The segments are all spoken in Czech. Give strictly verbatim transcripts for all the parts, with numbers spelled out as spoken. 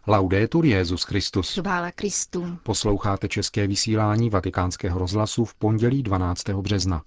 Laudetur Jesus Christus. Chvála Kristu. Posloucháte české vysílání Vatikánského rozhlasu v pondělí dvanáctého března.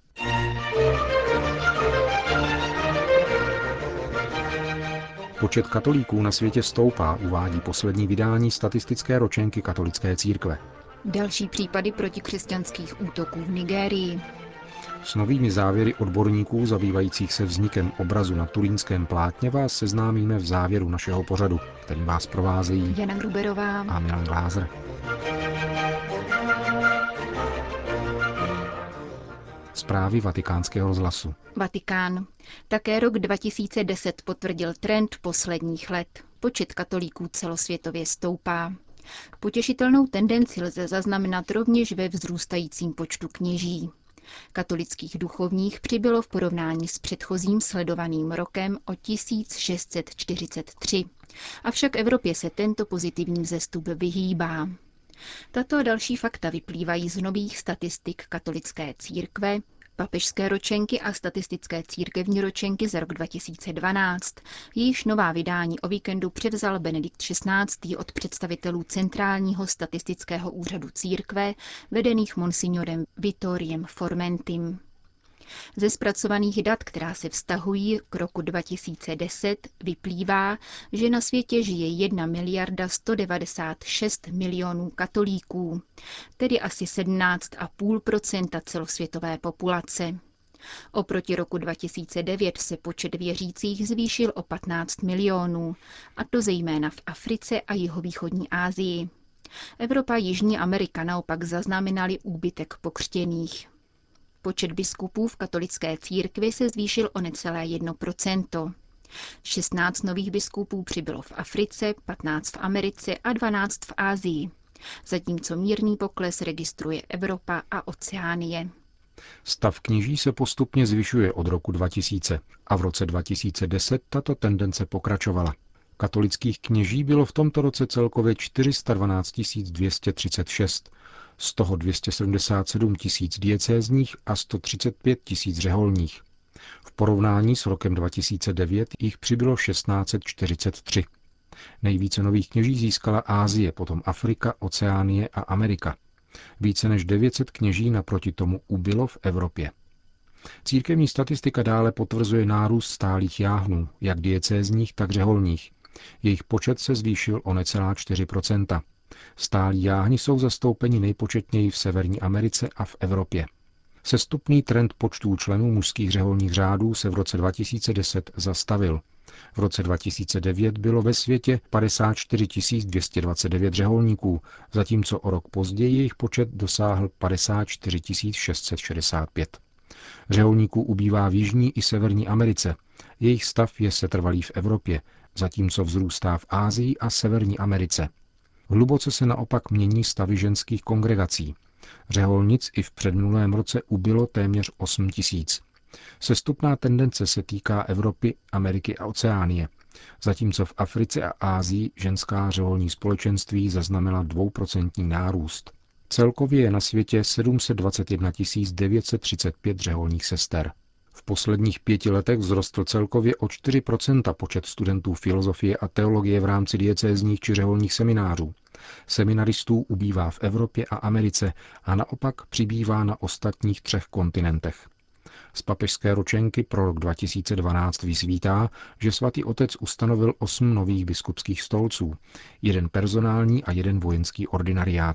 Počet katolíků na světě stoupá, uvádí poslední vydání statistické ročenky katolické církve. Další případy protikřesťanských útoků v Nigérii. S novými závěry odborníků zabývajících se vznikem obrazu na turínském plátně vás seznámíme v závěru našeho pořadu, kterým vás provázejí Jana Gruberová a Milan Glázer. Zprávy Vatikánského rozhlasu. Vatikán. Také rok dva tisíce deset potvrdil trend posledních let. Počet katolíků celosvětově stoupá. Potěšitelnou tendenci lze zaznamenat rovněž ve vzrůstajícím počtu kněží. Katolických duchovních přibylo v porovnání s předchozím sledovaným rokem o tisíc šest set čtyřicet tři. Avšak Evropě se tento pozitivní vzestup vyhýbá. Tato a další fakta vyplývají z nových statistik katolické církve, papežské ročenky a statistické církevní ročenky za rok dva tisíce dvanáct. Jejíž nová vydání o víkendu převzal Benedikt šestnáctý. od představitelů Centrálního statistického úřadu církve, vedených monsignorem Vittoriem Formentim. Ze zpracovaných dat, která se vztahují k roku dva tisíce deset, vyplývá, že na světě žije jedna miliarda sto devadesát šest milionů katolíků, tedy asi sedmnáct celá pět procenta celosvětové populace. Oproti roku dva tisíce devět se počet věřících zvýšil o patnáct milionů, a to zejména v Africe a jihovýchodní Asii. Evropa a Jižní Amerika naopak zaznamenaly úbytek pokřtěných. Počet biskupů v katolické církvi se zvýšil o necelé jedno procento. šestnáct nových biskupů přibylo v Africe, patnáct v Americe a dvanáct v Asii, zatímco mírný pokles registruje Evropa a Oceánie. Stav kněží se postupně zvyšuje od roku dva tisíce a v roce dva tisíce deset tato tendence pokračovala. Katolických kněží bylo v tomto roce celkově čtyři sta dvanáct tisíc dvě stě třicet šest, z toho dvě stě sedmdesát sedm tisíc diecézních a sto třicet pět tisíc řeholních. V porovnání s rokem dva tisíce devět jich přibylo tisíc šest set čtyřicet tři. Nejvíce nových kněží získala Asie, potom Afrika, Oceánie a Amerika. Více než devět set kněží naproti tomu ubylo v Evropě. Církevní statistika dále potvrzuje nárůst stálých jáhnů, jak diecézních, tak řeholních. Jejich počet se zvýšil o necelá čtyři procenta. Stálí jáhni jsou zastoupeni nejpočetněji v Severní Americe a v Evropě. Sestupný trend počtů členů mužských řeholních řádů se v roce dva tisíce deset zastavil. V roce dva tisíce devět bylo ve světě padesát čtyři tisíc dvě stě dvacet devět řeholníků, zatímco o rok později jejich počet dosáhl padesát čtyři tisíc šest set šedesát pět. Řeholníků ubývá v Jižní i Severní Americe. Jejich stav je setrvalý v Evropě, zatímco vzrůstá v Asii a Severní Americe. Hluboce se naopak mění stavy ženských kongregací. Řeholnic i v předminulém roce ubylo téměř osm tisíc. Sestupná tendence se týká Evropy, Ameriky a Oceánie, zatímco v Africe a Asii ženská řeholní společenství zaznamenala dvouprocentní nárůst. Celkově je na světě sedm set dvacet jedna tisíc devět set třicet pět řeholních sester. V posledních pěti letech vzrostl celkově o čtyři procenta počet studentů filozofie a teologie v rámci diecézních či řeholních seminářů. Seminaristů ubývá v Evropě a Americe a naopak přibývá na ostatních třech kontinentech. Z papežské ročenky pro rok dva tisíce dvanáct vysvítá, že svatý otec ustanovil osm nových biskupských stolců, jeden personální a jeden vojenský ordinariát.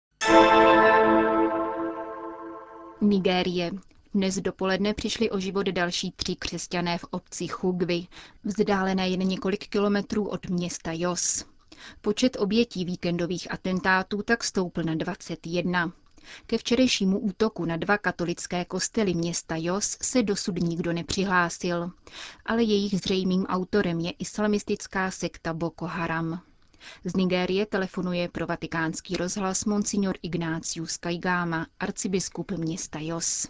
Nigérie. Dnes dopoledne přišli o život další tři křesťané v obci Chugwi, vzdálené jen několik kilometrů od města Jos. Počet obětí víkendových atentátů tak stoupl na dvacet jedna. Ke včerejšímu útoku na dva katolické kostely města Jos se dosud nikdo nepřihlásil, ale jejich zřejmým autorem je islamistická sekta Boko Haram. Z Nigérie telefonuje pro Vatikánský rozhlas monsignor Ignatius Kaigama, arcibiskup města Jos.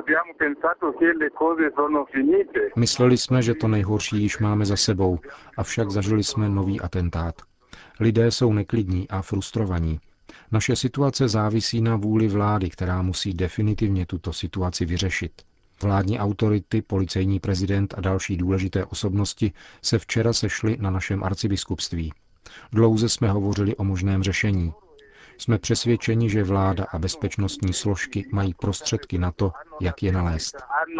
Mysleli jsme, že to nejhorší již máme za sebou, avšak zažili jsme nový atentát. Lidé jsou neklidní a frustrovaní. Naše situace závisí na vůli vlády, která musí definitivně tuto situaci vyřešit. Vládní autority, policejní prezident a další důležité osobnosti se včera sešli na našem arcibiskupství. Dlouze jsme hovořili o možném řešení. Jsme přesvědčeni, že vláda a bezpečnostní složky mají prostředky na to, jak je nalézt.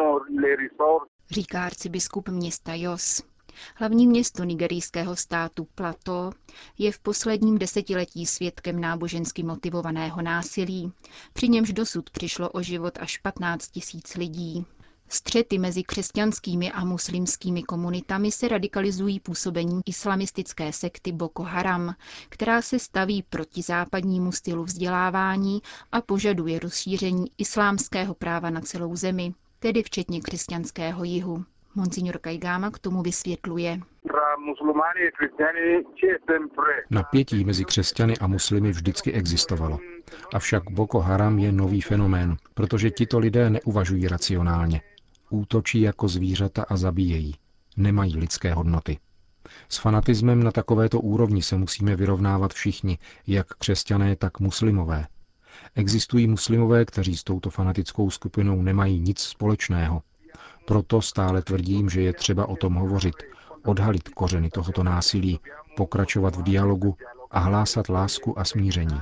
Říká arcibiskup města Jos. Hlavní město nigerijského státu Plateau je v posledním desetiletí svědkem nábožensky motivovaného násilí, při němž dosud přišlo o život až patnáct tisíc lidí. Střety mezi křesťanskými a muslimskými komunitami se radikalizují působením islamistické sekty Boko Haram, která se staví proti západnímu stylu vzdělávání a požaduje rozšíření islámského práva na celou zemi, tedy včetně křesťanského jihu. Monsignor Kaigáma k tomu vysvětluje. Napětí mezi křesťany a muslimy vždycky existovalo. Avšak Boko Haram je nový fenomén, protože tito lidé neuvažují racionálně. Útočí jako zvířata a zabíjejí. Nemají lidské hodnoty. S fanatismem na takovéto úrovni se musíme vyrovnávat všichni, jak křesťané, tak muslimové. Existují muslimové, kteří s touto fanatickou skupinou nemají nic společného. Proto stále tvrdím, že je třeba o tom hovořit, odhalit kořeny tohoto násilí, pokračovat v dialogu a hlásat lásku a smíření.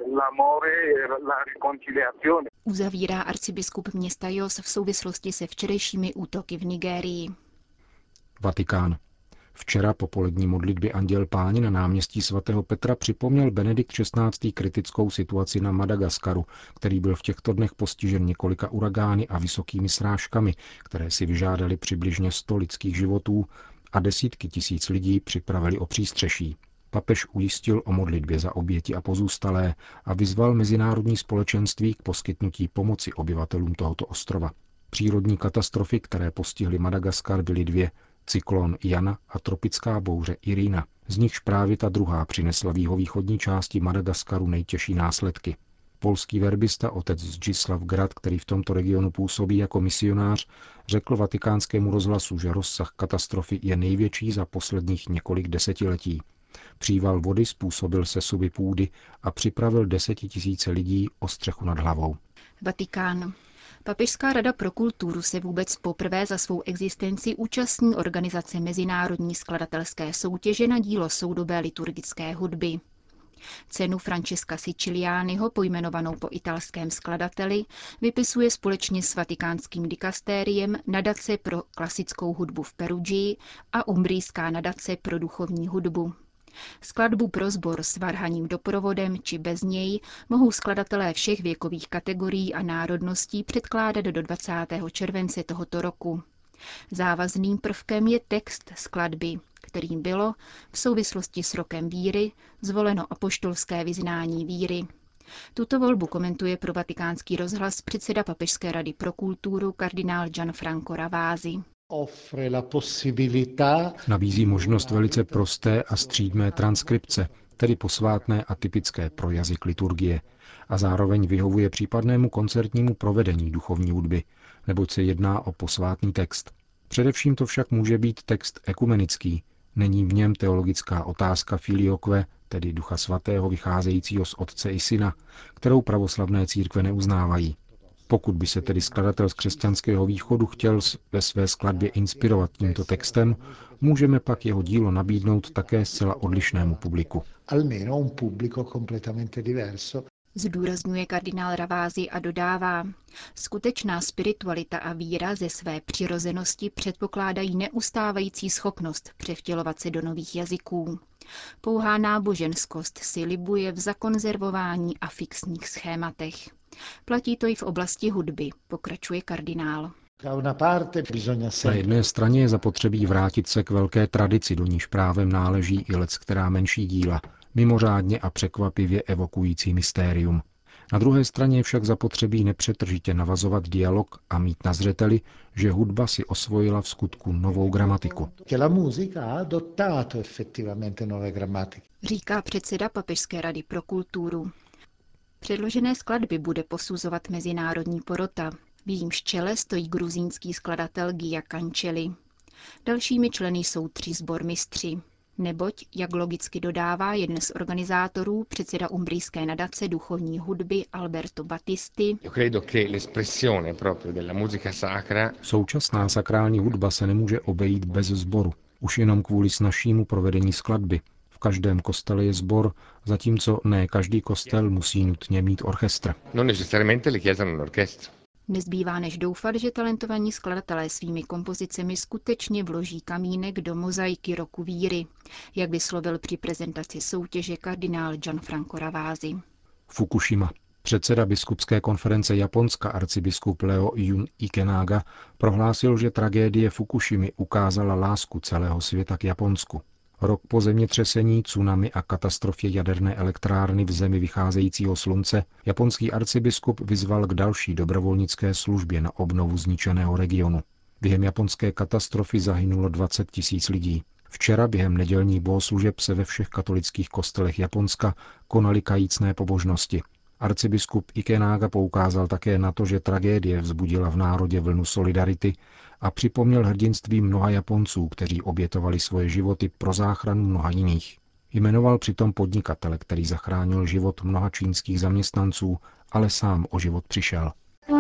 Uzavírá arcibiskup města Jos v souvislosti se včerejšími útoky v Nigérii. Vatikán. Včera po polední modlitbě Anděl Páně na náměstí svatého Petra připomněl Benedikt šestnáctý kritickou situaci na Madagaskaru, který byl v těchto dnech postižen několika uragány a vysokými srážkami, které si vyžádaly přibližně sto lidských životů a desítky tisíc lidí připravili o přístřeší. Papež ujistil o modlitbě za oběti a pozůstalé a vyzval mezinárodní společenství k poskytnutí pomoci obyvatelům tohoto ostrova. Přírodní katastrofy, které postihly Madagaskar, byly dvě: cyklon Jana a tropická bouře Irina. Z nichž právě ta druhá přinesla v jihovýchodní části Madagaskaru nejtěžší následky. Polský verbista otec Zdzislav Grad, který v tomto regionu působí jako misionář, řekl Vatikánskému rozhlasu, že rozsah katastrofy je největší za posledních několik desetiletí. Příval vody způsobil sesuby půdy a připravil desetitisíce lidí o střechu nad hlavou. Vatikán. Papežská rada pro kulturu se vůbec poprvé za svou existenci účastní organizace mezinárodní skladatelské soutěže na dílo soudobé liturgické hudby. Cenu Francesca Sicilianiho, pojmenovanou po italském skladateli, vypisuje společně s vatikánským dikastériem nadace pro klasickou hudbu v Perugii a umbrijská nadace pro duchovní hudbu. Skladbu pro sbor s varhaním doprovodem či bez něj mohou skladatelé všech věkových kategorií a národností předkládat do dvacátého července tohoto roku. Závazným prvkem je text skladby, kterým bylo v souvislosti s rokem víry zvoleno apoštolské vyznání víry. Tuto volbu komentuje pro Vatikánský rozhlas předseda Papežské rady pro kulturu kardinál Gianfranco Ravasi. Nabízí možnost velice prosté a střídmé transkripce, tedy posvátné a typické pro jazyk liturgie, a zároveň vyhovuje případnému koncertnímu provedení duchovní hudby, neboť se jedná o posvátný text. Především to však může být text ekumenický, není v něm teologická otázka filioque, tedy Ducha Svatého vycházejícího z Otce i Syna, kterou pravoslavné církve neuznávají. Pokud by se tedy skladatel z křesťanského východu chtěl ve své skladbě inspirovat tímto textem, můžeme pak jeho dílo nabídnout také zcela odlišnému publiku. Zdůrazňuje kardinál Ravasi a dodává, skutečná spiritualita a víra ze své přirozenosti předpokládají neustávající schopnost převtělovat se do nových jazyků. Pouhá náboženskost si libuje v zakonzervování a fixních schématech. Platí to i v oblasti hudby, pokračuje kardinál. Na jedné straně je zapotřebí vrátit se k velké tradici, do níž právem náleží i leckterá menší díla, mimořádně a překvapivě evokující mystérium. Na druhé straně je však zapotřebí nepřetržitě navazovat dialog a mít na zřeteli, že hudba si osvojila v skutku novou gramatiku. Říká předseda Papežské rady pro kulturu. Předložené skladby bude posuzovat mezinárodní porota. V jejímž čele stojí gruzínský skladatel Gia Cancelli. Dalšími členy jsou tři sbormistři. Neboť, jak logicky dodává jeden z organizátorů, předseda umbrijské nadace duchovní hudby Alberto Battisti, současná sakrální hudba se nemůže obejít bez sboru, už jenom kvůli snazšímu provedení skladby. V V každém kostele je sbor, zatímco ne každý kostel musí nutně mít orchestr. Nezbývá než doufat, že talentovaní skladatelé svými kompozicemi skutečně vloží kamínek do mozaiky roku víry, jak vyslovil při prezentaci soutěže kardinál Gianfranco Ravasi. Fukushima. Předseda biskupské konference Japonska arcibiskup Leo Jun Ikenaga prohlásil, že tragédie Fukushimy ukázala lásku celého světa k Japonsku. Rok po zemětřesení, tsunami a katastrofě jaderné elektrárny v zemi vycházejícího slunce japonský arcibiskup vyzval k další dobrovolnické službě na obnovu zničeného regionu. Během japonské katastrofy zahynulo dvacet tisíc lidí. Včera během nedělních bohoslužeb se ve všech katolických kostelech Japonska konaly kajícné pobožnosti. Arcibiskup Ikenaga poukázal také na to, že tragédie vzbudila v národě vlnu solidarity a připomněl hrdinství mnoha Japonců, kteří obětovali svoje životy pro záchranu mnoha jiných. Jmenoval přitom podnikatele, který zachránil život mnoha čínských zaměstnanců, ale sám o život přišel.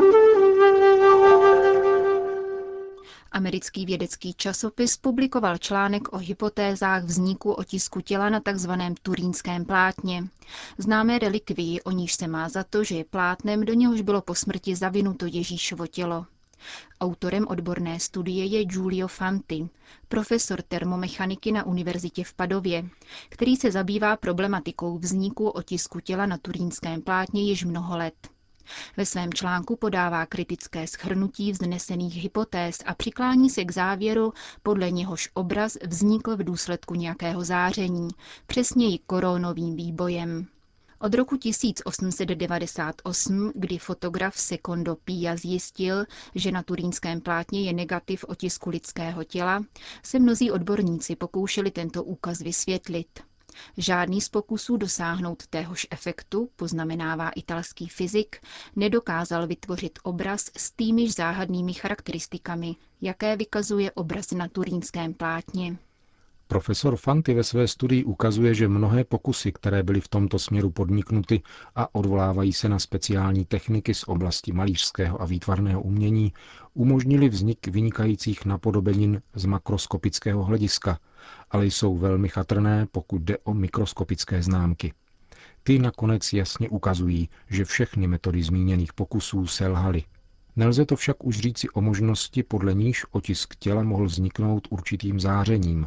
Americký vědecký časopis publikoval článek o hypotézách vzniku otisku těla na tzv. Turínském plátně. Známé relikvii, o níž se má za to, že je plátnem, do něhož bylo po smrti zavinuto Ježíšovo tělo. Autorem odborné studie je Giulio Fanti, profesor termomechaniky na univerzitě v Padově, který se zabývá problematikou vzniku otisku těla na turínském plátně již mnoho let. Ve svém článku podává kritické shrnutí vznesených hypotéz a přiklání se k závěru, podle něhož obraz vznikl v důsledku nějakého záření, přesněji koronovým výbojem. Od roku tisíc osm set devadesát osm, kdy fotograf Secondo Pia zjistil, že na turínském plátně je negativ otisku lidského těla, se mnozí odborníci pokoušeli tento úkaz vysvětlit. Žádný z pokusů dosáhnout téhož efektu, poznamenává italský fyzik, nedokázal vytvořit obraz s týmiž záhadnými charakteristikami, jaké vykazuje obraz na turínském plátně. Profesor Fanti ve své studii ukazuje, že mnohé pokusy, které byly v tomto směru podniknuty a odvolávají se na speciální techniky z oblasti malířského a výtvarného umění, umožnili vznik vynikajících napodobenin z makroskopického hlediska, ale jsou velmi chatrné, pokud jde o mikroskopické známky. Ty nakonec jasně ukazují, že všechny metody zmíněných pokusů selhaly. Nelze to však už říci o možnosti, podle níž otisk těla mohl vzniknout určitým zářením.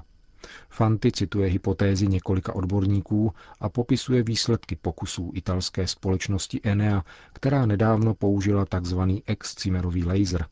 Fanti cituje hypotézy několika odborníků a popisuje výsledky pokusů italské společnosti Enea, která nedávno použila tzv. excimerový laser.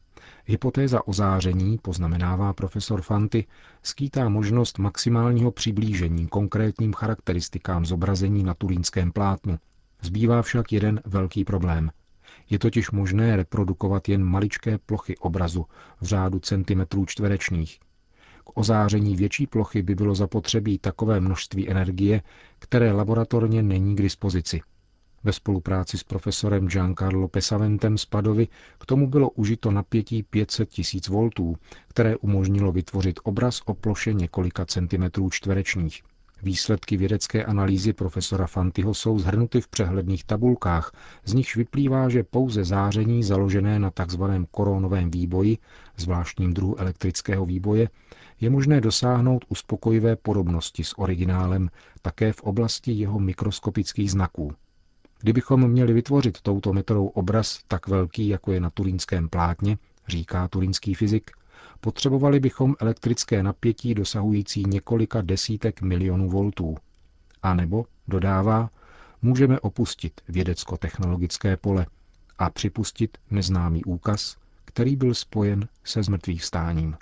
Hypotéza o záření, poznamenává profesor Fanti, skýtá možnost maximálního přiblížení konkrétním charakteristikám zobrazení na turínském plátnu. Zbývá však jeden velký problém. Je totiž možné reprodukovat jen maličké plochy obrazu v řádu centimetrů čtverečních. K ozáření větší plochy by bylo zapotřebí takové množství energie, které laboratorně není k dispozici. Ve spolupráci s profesorem Giancarlo Pesaventem z Padovy k tomu bylo užito napětí pět set tisíc voltů, které umožnilo vytvořit obraz o ploše několika centimetrů čtverečních. Výsledky vědecké analýzy profesora Fantiho jsou shrnuty v přehledných tabulkách, z nichž vyplývá, že pouze záření založené na tzv. Koronovém výboji, zvláštním druhu elektrického výboje, je možné dosáhnout uspokojivé podobnosti s originálem také v oblasti jeho mikroskopických znaků. Kdybychom měli vytvořit touto metodou obraz tak velký, jako je na turínském plátně, říká turínský fyzik, potřebovali bychom elektrické napětí dosahující několika desítek milionů voltů. A nebo, dodává, můžeme opustit vědecko-technologické pole a připustit neznámý úkaz, který byl spojen se zmrtvýchvstáním.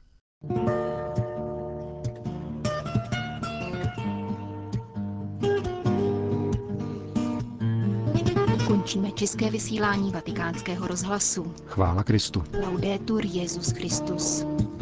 Končíme české vysílání Vatikánského rozhlasu. Chvála Kristu. Laudetur Jesus Christus.